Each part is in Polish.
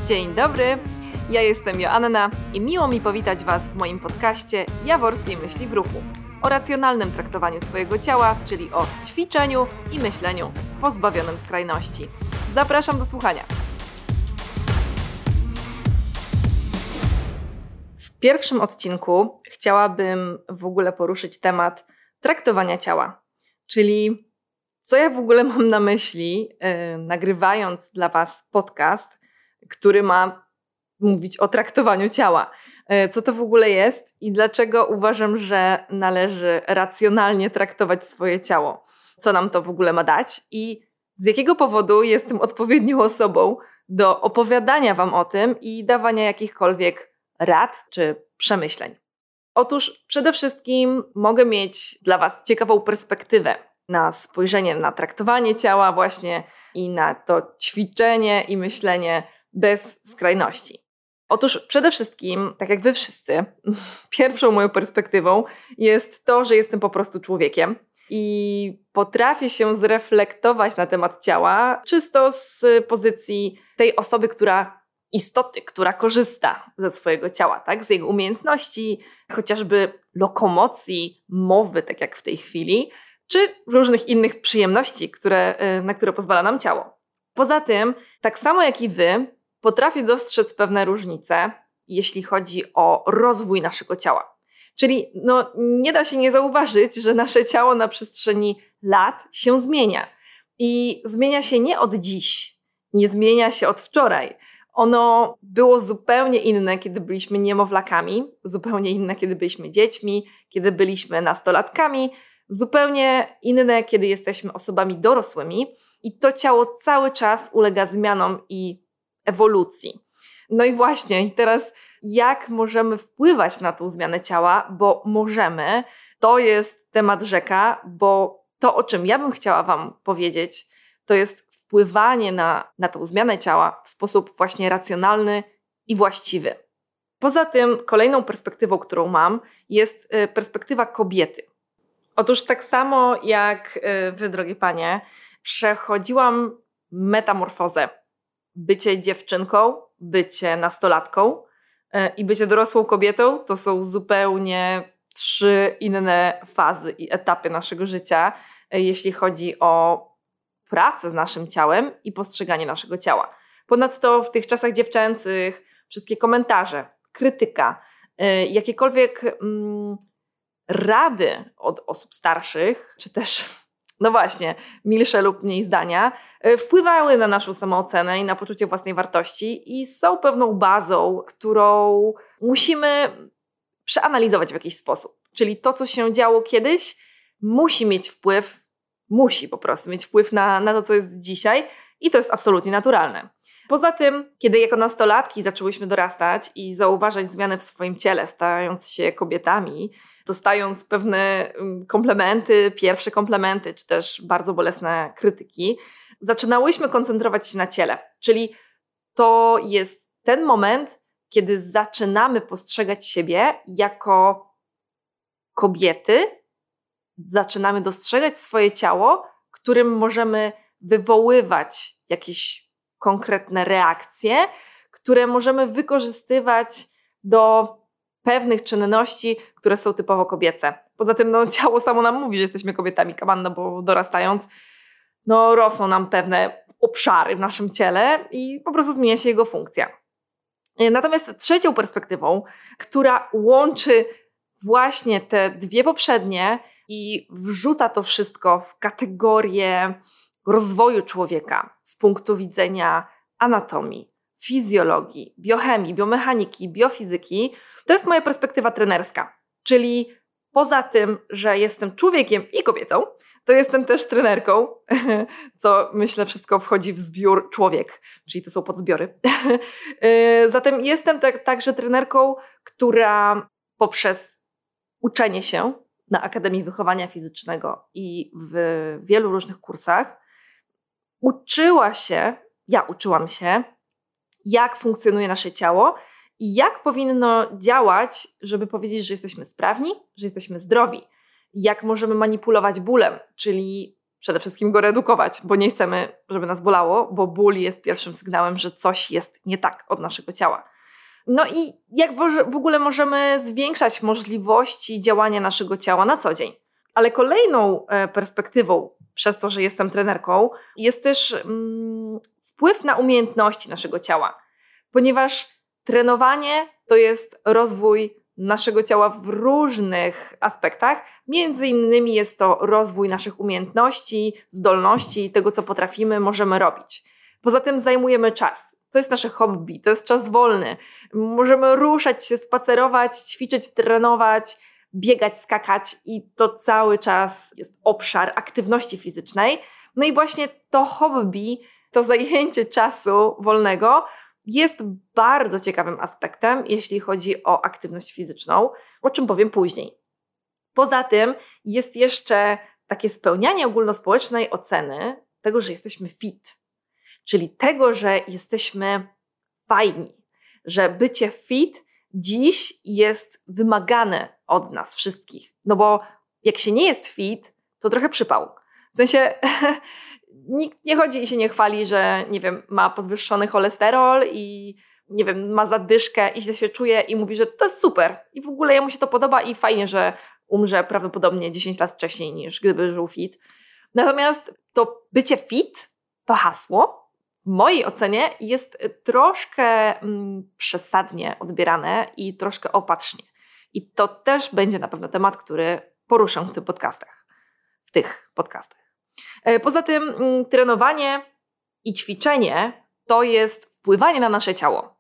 Dzień dobry, ja jestem Joanna i miło mi powitać Was w moim podcaście Jaworskiej Myśli w Ruchu o racjonalnym traktowaniu swojego ciała, czyli o ćwiczeniu i myśleniu pozbawionym skrajności. Zapraszam do słuchania. W pierwszym odcinku chciałabym w ogóle poruszyć temat traktowania ciała, czyli co ja w ogóle mam na myśli, nagrywając dla Was podcast, który ma mówić o traktowaniu ciała. Co to w ogóle jest i dlaczego uważam, że należy racjonalnie traktować swoje ciało. Co nam to w ogóle ma dać i z jakiego powodu jestem odpowiednią osobą do opowiadania Wam o tym i dawania jakichkolwiek rad czy przemyśleń. Otóż przede wszystkim mogę mieć dla Was ciekawą perspektywę na spojrzenie na traktowanie ciała właśnie i na to ćwiczenie i myślenie bez skrajności. Otóż przede wszystkim, tak jak Wy wszyscy, pierwszą moją perspektywą jest to, że jestem po prostu człowiekiem i potrafię się zreflektować na temat ciała czysto z pozycji tej osoby, która korzysta ze swojego ciała, tak? Z jego umiejętności, chociażby lokomocji, mowy, tak jak w tej chwili, czy różnych innych przyjemności, na które pozwala nam ciało. Poza tym, tak samo jak i Wy, potrafię dostrzec pewne różnice, jeśli chodzi o rozwój naszego ciała. Czyli nie da się nie zauważyć, że nasze ciało na przestrzeni lat się zmienia. I zmienia się nie od dziś, nie zmienia się od wczoraj. Ono było zupełnie inne, kiedy byliśmy niemowlakami, zupełnie inne, kiedy byliśmy dziećmi, kiedy byliśmy nastolatkami, zupełnie inne, kiedy jesteśmy osobami dorosłymi i to ciało cały czas ulega zmianom i ewolucji. No i właśnie, i teraz jak możemy wpływać na tą zmianę ciała, bo możemy, to jest temat rzeka, bo to, o czym ja bym chciała Wam powiedzieć, to jest wpływanie na tą zmianę ciała w sposób właśnie racjonalny i właściwy. Poza tym kolejną perspektywą, którą mam, jest perspektywa kobiety. Otóż tak samo jak Wy, drogie panie, przechodziłam metamorfozę. Bycie dziewczynką, bycie nastolatką i bycie dorosłą kobietą to są zupełnie 3 inne fazy i etapy naszego życia, jeśli chodzi o pracę z naszym ciałem i postrzeganie naszego ciała. Ponadto w tych czasach dziewczęcych wszystkie komentarze, krytyka, jakiekolwiek rady od osób starszych, czy też, no właśnie, milsze lub mniej zdania, wpływały na naszą samoocenę i na poczucie własnej wartości i są pewną bazą, którą musimy przeanalizować w jakiś sposób. Czyli to, co się działo kiedyś, musi po prostu mieć wpływ na to, co jest dzisiaj i to jest absolutnie naturalne. Poza tym, kiedy jako nastolatki zaczęłyśmy dorastać i zauważać zmiany w swoim ciele, stając się kobietami, dostając pewne komplementy, pierwsze komplementy, czy też bardzo bolesne krytyki, zaczynałyśmy koncentrować się na ciele. Czyli to jest ten moment, kiedy zaczynamy postrzegać siebie jako kobiety, zaczynamy dostrzegać swoje ciało, którym możemy wywoływać jakieś konkretne reakcje, które możemy wykorzystywać do pewnych czynności, które są typowo kobiece. Poza tym ciało samo nam mówi, że jesteśmy kobietami, bo dorastając rosną nam pewne obszary w naszym ciele i po prostu zmienia się jego funkcja. Natomiast trzecią perspektywą, która łączy właśnie te 2 poprzednie i wrzuca to wszystko w kategorię rozwoju człowieka z punktu widzenia anatomii, fizjologii, biochemii, biomechaniki, biofizyki, to jest moja perspektywa trenerska. Czyli poza tym, że jestem człowiekiem i kobietą, to jestem też trenerką, co myślę wszystko wchodzi w zbiór człowiek, czyli to są podzbiory. Zatem jestem także trenerką, która poprzez uczenie się na Akademii Wychowania Fizycznego i w wielu różnych kursach uczyłam się, jak funkcjonuje nasze ciało i jak powinno działać, żeby powiedzieć, że jesteśmy sprawni, że jesteśmy zdrowi. Jak możemy manipulować bólem, czyli przede wszystkim go redukować, bo nie chcemy, żeby nas bolało, bo ból jest pierwszym sygnałem, że coś jest nie tak od naszego ciała. No i jak w ogóle możemy zwiększać możliwości działania naszego ciała na co dzień. Ale kolejną perspektywą, przez to, że jestem trenerką, jest też wpływ na umiejętności naszego ciała. Ponieważ trenowanie to jest rozwój naszego ciała w różnych aspektach. Między innymi jest to rozwój naszych umiejętności, zdolności, tego co potrafimy, możemy robić. Poza tym zajmujemy czas. To jest nasze hobby, to jest czas wolny. Możemy ruszać się, spacerować, ćwiczyć, trenować, biegać, skakać i to cały czas jest obszar aktywności fizycznej. No i właśnie to hobby, to zajęcie czasu wolnego jest bardzo ciekawym aspektem, jeśli chodzi o aktywność fizyczną, o czym powiem później. Poza tym jest jeszcze takie spełnianie ogólnospołecznej oceny tego, że jesteśmy fit, czyli tego, że jesteśmy fajni, że bycie fit dziś jest wymagane od nas wszystkich. No bo jak się nie jest fit, to trochę przypał. W sensie nikt nie chodzi i się nie chwali, że nie wiem, ma podwyższony cholesterol i nie wiem, ma zadyszkę i źle się czuje i mówi, że to jest super i w ogóle jemu się to podoba i fajnie, że umrze prawdopodobnie 10 lat wcześniej niż gdyby żył fit. Natomiast to bycie fit, to hasło w mojej ocenie jest troszkę przesadnie odbierane i troszkę opatrznie. I to też będzie na pewno temat, który poruszę w tych podcastach. Poza tym trenowanie i ćwiczenie to jest wpływanie na nasze ciało.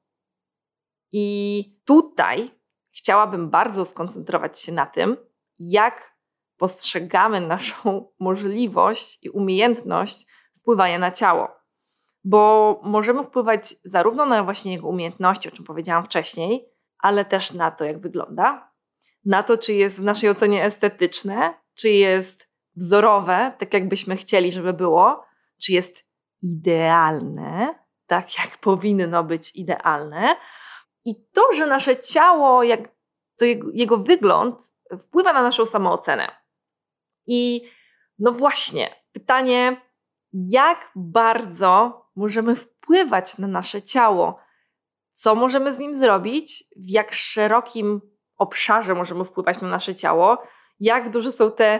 I tutaj chciałabym bardzo skoncentrować się na tym, jak postrzegamy naszą możliwość i umiejętność wpływania na ciało. Bo możemy wpływać zarówno na właśnie jego umiejętności, o czym powiedziałam wcześniej, ale też na to, jak wygląda, na to, czy jest w naszej ocenie estetyczne, czy jest wzorowe, tak jakbyśmy chcieli, żeby było, czy jest idealne, tak jak powinno być idealne. I to, że nasze ciało, to jego wygląd wpływa na naszą samoocenę. I no właśnie, pytanie, jak bardzo możemy wpływać na nasze ciało? Co możemy z nim zrobić? W jak szerokim obszarze możemy wpływać na nasze ciało? Jak duże są te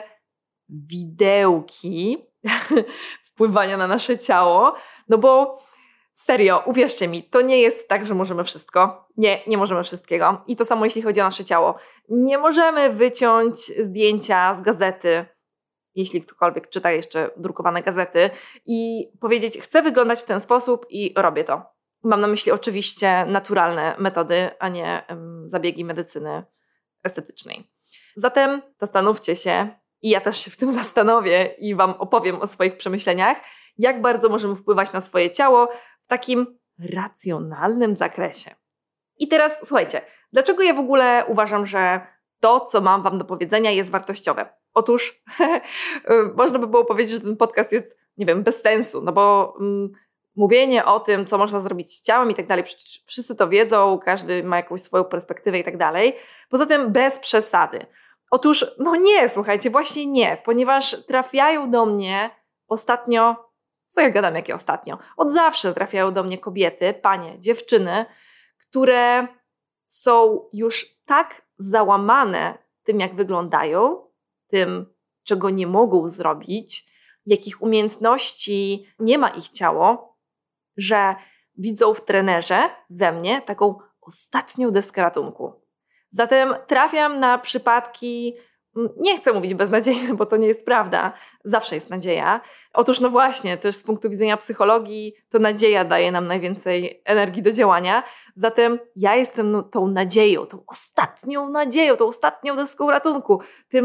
widełki wpływania na nasze ciało? No bo serio, uwierzcie mi, to nie jest tak, że możemy wszystko. Nie możemy wszystkiego. I to samo jeśli chodzi o nasze ciało. Nie możemy wyciąć zdjęcia z gazety, jeśli ktokolwiek czyta jeszcze drukowane gazety i powiedzieć, chcę wyglądać w ten sposób i robię to. Mam na myśli oczywiście naturalne metody, a nie zabiegi medycyny estetycznej. Zatem zastanówcie się, i ja też się w tym zastanowię i Wam opowiem o swoich przemyśleniach, jak bardzo możemy wpływać na swoje ciało w takim racjonalnym zakresie. I teraz słuchajcie, dlaczego ja w ogóle uważam, że to, co mam Wam do powiedzenia, jest wartościowe? Otóż można by było powiedzieć, że ten podcast jest, nie wiem, bez sensu, no bo mówienie o tym, co można zrobić z ciałem i tak dalej, przecież wszyscy to wiedzą, każdy ma jakąś swoją perspektywę i tak dalej. Poza tym bez przesady. Otóż, no nie, słuchajcie, właśnie nie, ponieważ trafiają do mnie ostatnio, co ja gadam, jakie ostatnio? Od zawsze trafiają do mnie kobiety, panie, dziewczyny, które są już tak załamane tym, jak wyglądają, tym, czego nie mogą zrobić, jakich umiejętności nie ma ich ciało, że widzą w trenerze we mnie taką ostatnią deskę ratunku. Zatem trafiam na przypadki, nie chcę mówić beznadziejne, bo to nie jest prawda, zawsze jest nadzieja. Otóż no właśnie, też z punktu widzenia psychologii to nadzieja daje nam najwięcej energii do działania. Zatem ja jestem tą nadzieją, tą ostatnią deską ratunku,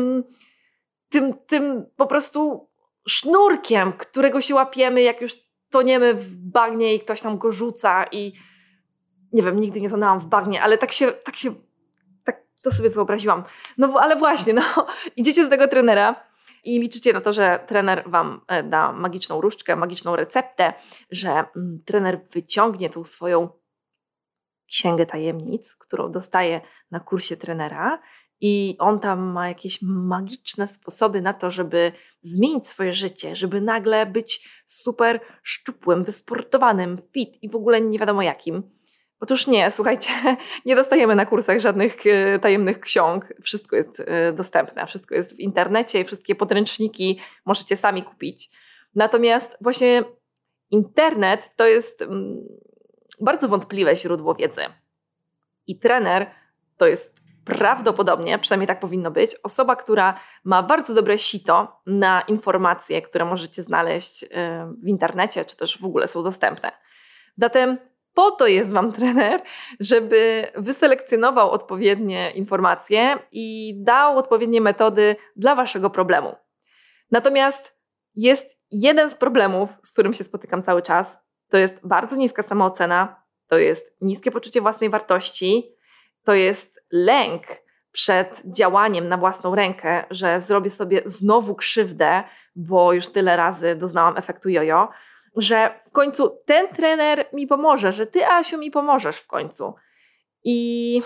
tym po prostu sznurkiem, którego się łapiemy, jak już toniemy w bagnie i ktoś nam go rzuca i nie wiem, nigdy nie tonęłam w bagnie, ale tak to sobie wyobraziłam. No ale właśnie, idziecie do tego trenera i liczycie na to, że trener Wam da magiczną różdżkę, magiczną receptę, że trener wyciągnie tą swoją księgę tajemnic, którą dostaje na kursie trenera i on tam ma jakieś magiczne sposoby na to, żeby zmienić swoje życie, żeby nagle być super szczupłym, wysportowanym, fit i w ogóle nie wiadomo jakim. Otóż nie, słuchajcie, nie dostajemy na kursach żadnych tajemnych ksiąg. Wszystko jest dostępne, wszystko jest w internecie, wszystkie podręczniki możecie sami kupić. Natomiast właśnie internet to jest bardzo wątpliwe źródło wiedzy. I trener to jest prawdopodobnie, przynajmniej tak powinno być, osoba, która ma bardzo dobre sito na informacje, które możecie znaleźć w internecie, czy też w ogóle są dostępne. Zatem po to jest Wam trener, żeby wyselekcjonował odpowiednie informacje i dał odpowiednie metody dla Waszego problemu. Natomiast jest jeden z problemów, z którym się spotykam cały czas. To jest bardzo niska samoocena, to jest niskie poczucie własnej wartości, to jest lęk przed działaniem na własną rękę, że zrobię sobie znowu krzywdę, bo już tyle razy doznałam efektu jojo, że w końcu ten trener mi pomoże, że Ty, Asiu, mi pomożesz w końcu. I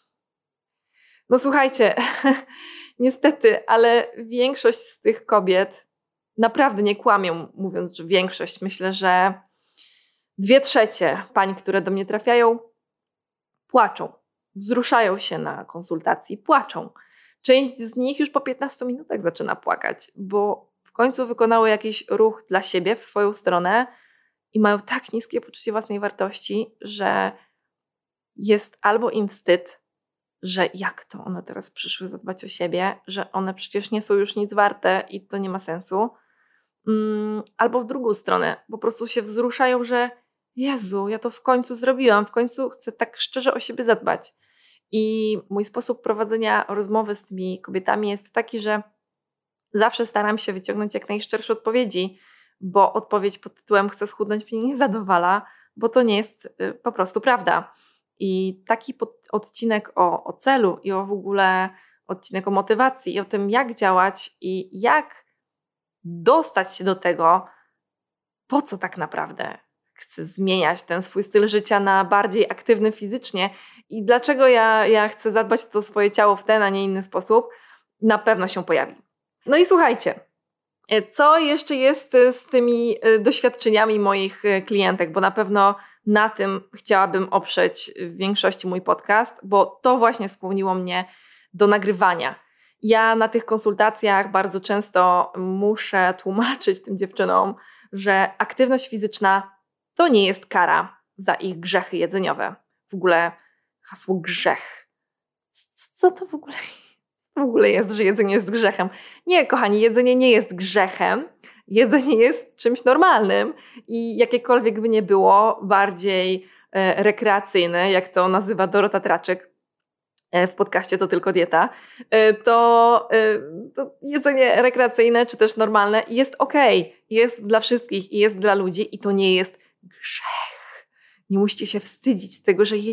no słuchajcie, niestety, ale większość z tych kobiet, naprawdę nie kłamię mówiąc, że większość, myślę, że 2/3 pań, które do mnie trafiają, płaczą. Wzruszają się na konsultacji, płaczą. Część z nich już po 15 minutach zaczyna płakać, bo w końcu wykonały jakiś ruch dla siebie w swoją stronę i mają tak niskie poczucie własnej wartości, że jest albo im wstyd, że jak to one teraz przyszły zadbać o siebie, że one przecież nie są już nic warte i to nie ma sensu. Albo w drugą stronę, po prostu się wzruszają, że Jezu, ja to w końcu zrobiłam, w końcu chcę tak szczerze o siebie zadbać. I mój sposób prowadzenia rozmowy z tymi kobietami jest taki, że zawsze staram się wyciągnąć jak najszczersze odpowiedzi, bo odpowiedź pod tytułem chcę schudnąć mnie nie zadowala, bo to nie jest po prostu prawda. I taki odcinek o celu i w ogóle odcinek o motywacji i o tym, jak działać i jak dostać się do tego, po co tak naprawdę chcę zmieniać ten swój styl życia na bardziej aktywny fizycznie i dlaczego ja chcę zadbać o to swoje ciało w ten, a nie inny sposób, na pewno się pojawi. No i słuchajcie, co jeszcze jest z tymi doświadczeniami moich klientek, bo na pewno na tym chciałabym oprzeć w większości mój podcast, bo to właśnie skłoniło mnie do nagrywania. Ja na tych konsultacjach bardzo często muszę tłumaczyć tym dziewczynom, że aktywność fizyczna to nie jest kara za ich grzechy jedzeniowe. W ogóle hasło grzech. Co to w ogóle jest, że jedzenie jest grzechem? Nie, kochani, jedzenie nie jest grzechem. Jedzenie jest czymś normalnym i jakiekolwiek by nie było, bardziej rekreacyjne, jak to nazywa Dorota Traczyk w podcaście To Tylko Dieta, to jedzenie rekreacyjne czy też normalne jest okej, jest dla wszystkich i jest dla ludzi i to nie jest grzech. Nie musicie się wstydzić tego, że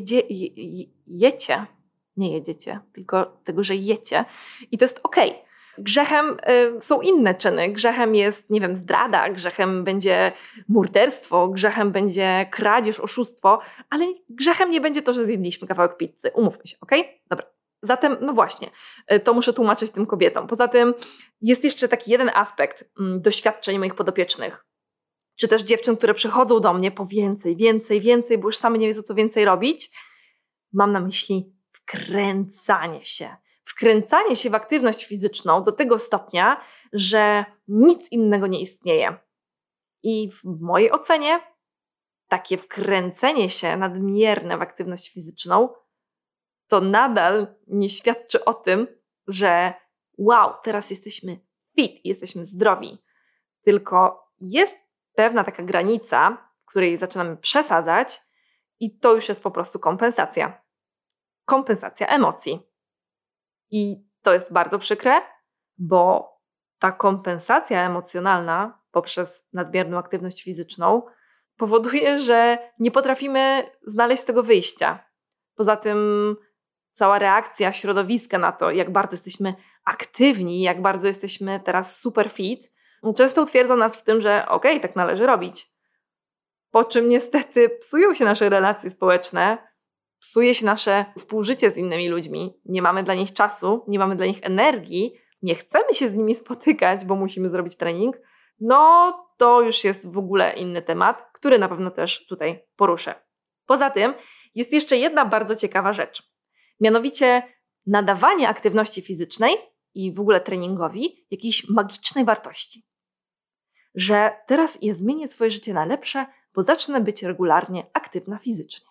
jecie. Nie jedziecie, tylko tego, że jecie i to jest okej. Grzechem są inne czyny. Grzechem jest, nie wiem, zdrada, grzechem będzie morderstwo, grzechem będzie kradzież, oszustwo, ale grzechem nie będzie to, że zjedliśmy kawałek pizzy. Umówmy się, okej? Dobra. Zatem, no właśnie, to muszę tłumaczyć tym kobietom. Poza tym jest jeszcze taki jeden aspekt doświadczeń moich podopiecznych, czy też dziewczyn, które przychodzą do mnie po więcej, bo już same nie wiedzą, co więcej robić. Mam na myśli wkręcanie się. Wkręcanie się w aktywność fizyczną do tego stopnia, że nic innego nie istnieje. I w mojej ocenie takie wkręcenie się nadmierne w aktywność fizyczną to nadal nie świadczy o tym, że wow, teraz jesteśmy fit, jesteśmy zdrowi. Tylko jest pewna taka granica, w której zaczynamy przesadzać i to już jest po prostu kompensacja. Kompensacja emocji. I to jest bardzo przykre, bo ta kompensacja emocjonalna poprzez nadmierną aktywność fizyczną powoduje, że nie potrafimy znaleźć z tego wyjścia. Poza tym cała reakcja środowiska na to, jak bardzo jesteśmy aktywni, jak bardzo jesteśmy teraz super fit, często utwierdza nas w tym, że okej, tak należy robić. Po czym niestety psują się nasze relacje społeczne psuje się nasze współżycie z innymi ludźmi, nie mamy dla nich czasu, nie mamy dla nich energii, nie chcemy się z nimi spotykać, bo musimy zrobić trening, no to już jest w ogóle inny temat, który na pewno też tutaj poruszę. Poza tym jest jeszcze jedna bardzo ciekawa rzecz. Mianowicie nadawanie aktywności fizycznej i w ogóle treningowi jakiejś magicznej wartości. Że teraz ja zmienię swoje życie na lepsze, bo zacznę być regularnie aktywna fizycznie.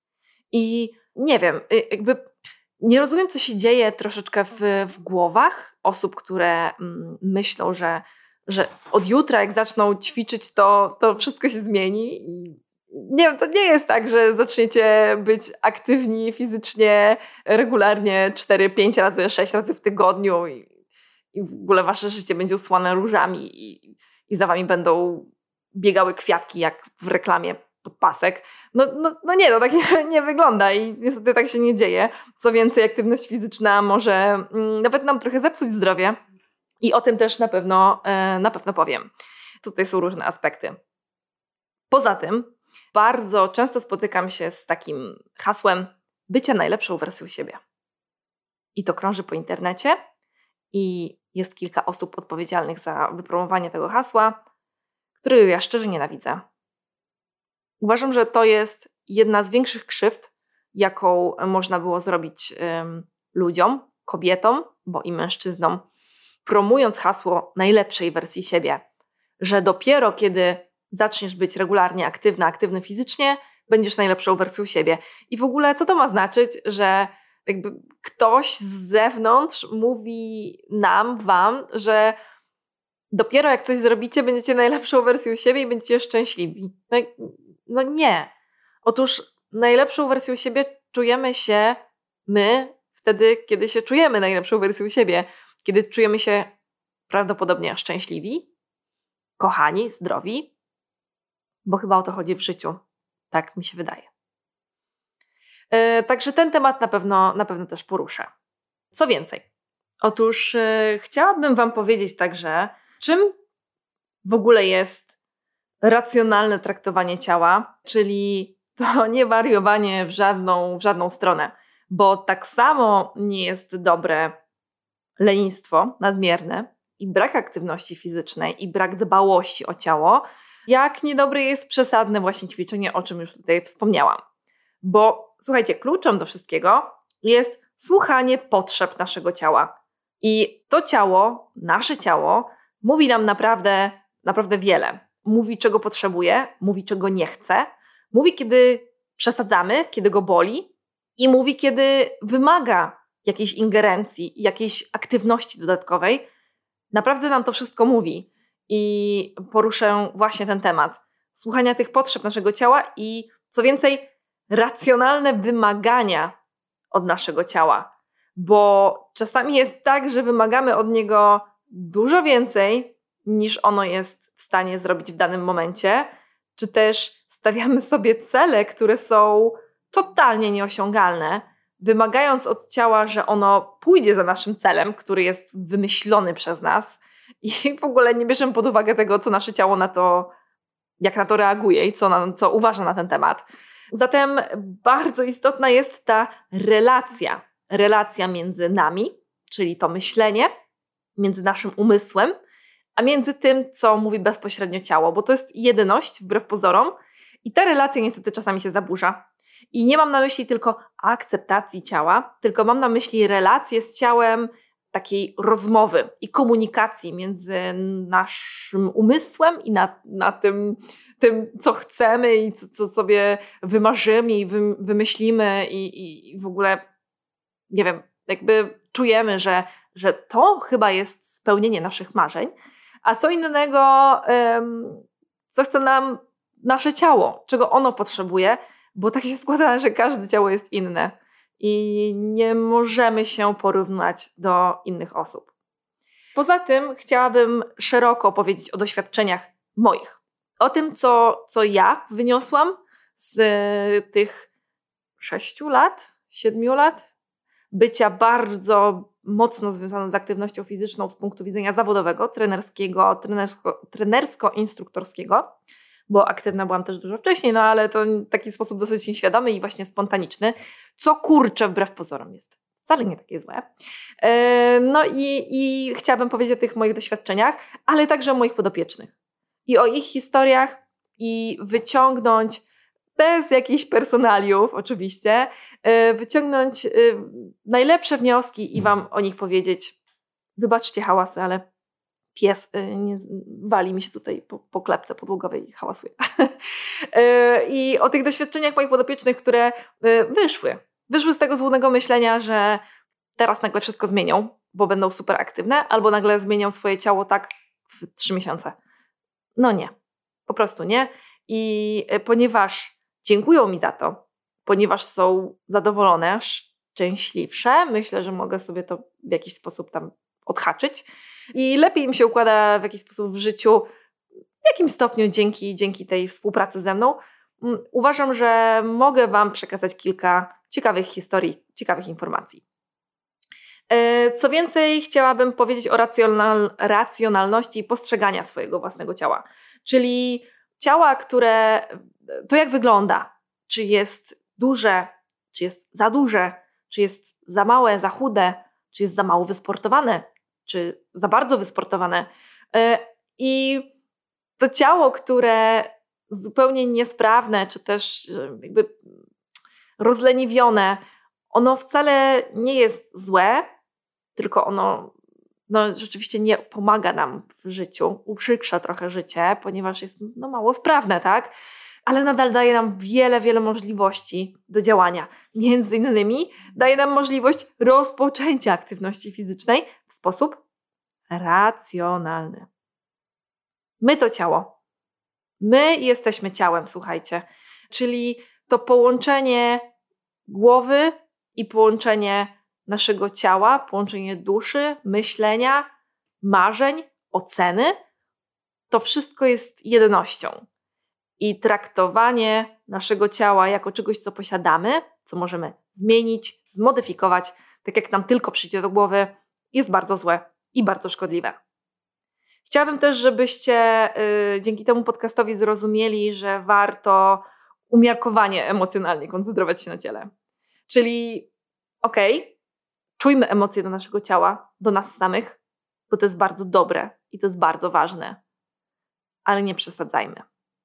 I nie wiem, nie rozumiem, co się dzieje troszeczkę w głowach osób, które myślą, że od jutra, jak zaczną ćwiczyć, to wszystko się zmieni. I nie wiem, to nie jest tak, że zaczniecie być aktywni fizycznie regularnie 4, 5 razy, 6 razy w tygodniu i w ogóle wasze życie będzie usłane różami i za wami będą biegały kwiatki jak w reklamie podpasek. No nie, to tak nie wygląda i niestety tak się nie dzieje. Co więcej, aktywność fizyczna może nawet nam trochę zepsuć zdrowie i o tym też na pewno powiem. Tutaj są różne aspekty. Poza tym bardzo często spotykam się z takim hasłem bycia najlepszą wersją siebie. I to krąży po internecie i jest kilka osób odpowiedzialnych za wypromowanie tego hasła, którego ja szczerze nienawidzę. Uważam, że to jest jedna z większych krzywd, jaką można było zrobić ludziom, kobietom, bo i mężczyznom, promując hasło najlepszej wersji siebie, że dopiero kiedy zaczniesz być regularnie aktywny fizycznie, będziesz najlepszą wersją siebie. I w ogóle co to ma znaczyć, że jakby ktoś z zewnątrz mówi nam, wam, że dopiero jak coś zrobicie, będziecie najlepszą wersją siebie i będziecie szczęśliwi. No nie. Otóż najlepszą wersją siebie czujemy się my wtedy, kiedy się czujemy najlepszą wersją siebie. Kiedy czujemy się prawdopodobnie szczęśliwi, kochani, zdrowi, bo chyba o to chodzi w życiu. Tak mi się wydaje. Także ten temat na pewno też poruszę. Co więcej? Otóż chciałabym wam powiedzieć także, czym w ogóle jest racjonalne traktowanie ciała, czyli to nie wariowanie w żadną stronę, bo tak samo nie jest dobre lenistwo nadmierne i brak aktywności fizycznej i brak dbałości o ciało, jak niedobre jest przesadne właśnie ćwiczenie, o czym już tutaj wspomniałam. Bo słuchajcie, kluczem do wszystkiego jest słuchanie potrzeb naszego ciała. I to ciało, nasze ciało, mówi nam naprawdę wiele. Mówi, czego potrzebuje, mówi, czego nie chce, mówi, kiedy przesadzamy, kiedy go boli i mówi, kiedy wymaga jakiejś ingerencji, jakiejś aktywności dodatkowej. Naprawdę nam to wszystko mówi i poruszę właśnie ten temat słuchania tych potrzeb naszego ciała i co więcej, racjonalne wymagania od naszego ciała, bo czasami jest tak, że wymagamy od niego dużo więcej niż ono jest w stanie zrobić w danym momencie, czy też stawiamy sobie cele, które są totalnie nieosiągalne, wymagając od ciała, że ono pójdzie za naszym celem, który jest wymyślony przez nas i w ogóle nie bierzemy pod uwagę tego, co nasze ciało jak na to reaguje i co uważa na ten temat. Zatem bardzo istotna jest ta relacja między nami, czyli to myślenie, między naszym umysłem, a między tym, co mówi bezpośrednio ciało, bo to jest jedyność wbrew pozorom i ta relacja niestety czasami się zaburza. I nie mam na myśli tylko akceptacji ciała, tylko mam na myśli relację z ciałem, takiej rozmowy i komunikacji między naszym umysłem i na tym, co chcemy i co sobie wymarzymy i wymyślimy i w ogóle, nie wiem, jakby czujemy, że to chyba jest spełnienie naszych marzeń, a co innego, co chce nam nasze ciało, czego ono potrzebuje, bo tak się składa, że każde ciało jest inne i nie możemy się porównać do innych osób. Poza tym chciałabym szeroko opowiedzieć o doświadczeniach moich. O tym, co ja wyniosłam z tych 6 lat, 7 lat bycia bardzo mocno związaną z aktywnością fizyczną z punktu widzenia zawodowego, trenersko-instruktorskiego, bo aktywna byłam też dużo wcześniej, no ale to taki sposób dosyć nieświadomy i właśnie spontaniczny, co kurczę wbrew pozorom jest wcale nie takie złe. No i chciałabym powiedzieć o tych moich doświadczeniach, ale także o moich podopiecznych i o ich historiach i wyciągnąć bez jakichś personaliów oczywiście, wyciągnąć najlepsze wnioski i wam o nich powiedzieć. Wybaczcie hałasy, ale pies nie wali mi się tutaj po klepce podłogowej i hałasuje. I o tych doświadczeniach moich podopiecznych, które wyszły z tego złudnego myślenia, że teraz nagle wszystko zmienią, bo będą super aktywne, albo nagle zmienią swoje ciało tak w 3 miesiące. No nie, po prostu nie. I ponieważ dziękują mi za to, ponieważ są zadowolone, szczęśliwsze, myślę, że mogę sobie to w jakiś sposób tam odhaczyć i lepiej im się układa w jakiś sposób w życiu, w jakimś stopniu dzięki tej współpracy ze mną. Uważam, że mogę wam przekazać kilka ciekawych historii, ciekawych informacji. Co więcej, chciałabym powiedzieć o racjonalności postrzegania swojego własnego ciała. Czyli ciała, które to jak wygląda, czy jest duże, czy jest za duże, czy jest za małe, za chude, czy jest za mało wysportowane, czy za bardzo wysportowane. I to ciało, które zupełnie niesprawne, czy też jakby rozleniwione, ono wcale nie jest złe, tylko ono rzeczywiście nie pomaga nam w życiu, uprzykrza trochę życie, ponieważ jest mało sprawne, tak? Ale nadal daje nam wiele możliwości do działania. Między innymi daje nam możliwość rozpoczęcia aktywności fizycznej w sposób racjonalny. My to ciało. My jesteśmy ciałem, słuchajcie. Czyli to połączenie głowy i połączenie naszego ciała, połączenie duszy, myślenia, marzeń, oceny. To wszystko jest jednością. I traktowanie naszego ciała jako czegoś, co posiadamy, co możemy zmienić, zmodyfikować, tak jak nam tylko przyjdzie do głowy, jest bardzo złe i bardzo szkodliwe. Chciałabym też, żebyście dzięki temu podcastowi zrozumieli, że warto umiarkowanie emocjonalnie koncentrować się na ciele. Czyli czujmy emocje do naszego ciała, do nas samych, bo to jest bardzo dobre i to jest bardzo ważne. Ale nie przesadzajmy.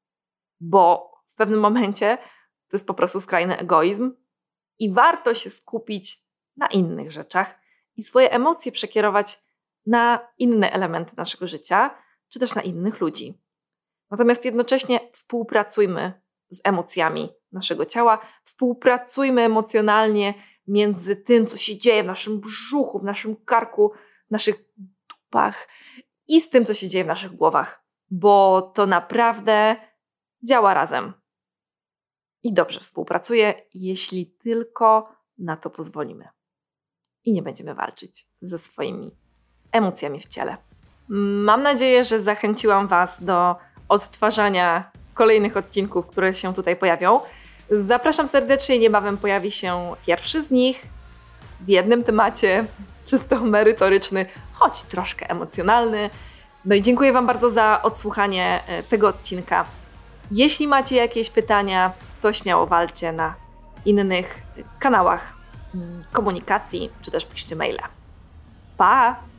Bo w pewnym momencie to jest po prostu skrajny egoizm i warto się skupić na innych rzeczach i swoje emocje przekierować na inne elementy naszego życia, czy też na innych ludzi. Natomiast jednocześnie współpracujmy z emocjami naszego ciała, współpracujmy emocjonalnie między tym, co się dzieje w naszym brzuchu, w naszym karku, w naszych dupach i z tym, co się dzieje w naszych głowach, bo to naprawdę działa razem i dobrze współpracuje, jeśli tylko na to pozwolimy i nie będziemy walczyć ze swoimi emocjami w ciele. Mam nadzieję, że zachęciłam Was do odtwarzania kolejnych odcinków, które się tutaj pojawią. Zapraszam serdecznie, niebawem pojawi się pierwszy z nich w jednym temacie, czysto merytoryczny, choć troszkę emocjonalny. No i dziękuję Wam bardzo za odsłuchanie tego odcinka. Jeśli macie jakieś pytania, to śmiało walcie na innych kanałach komunikacji, czy też piszcie maile. Pa!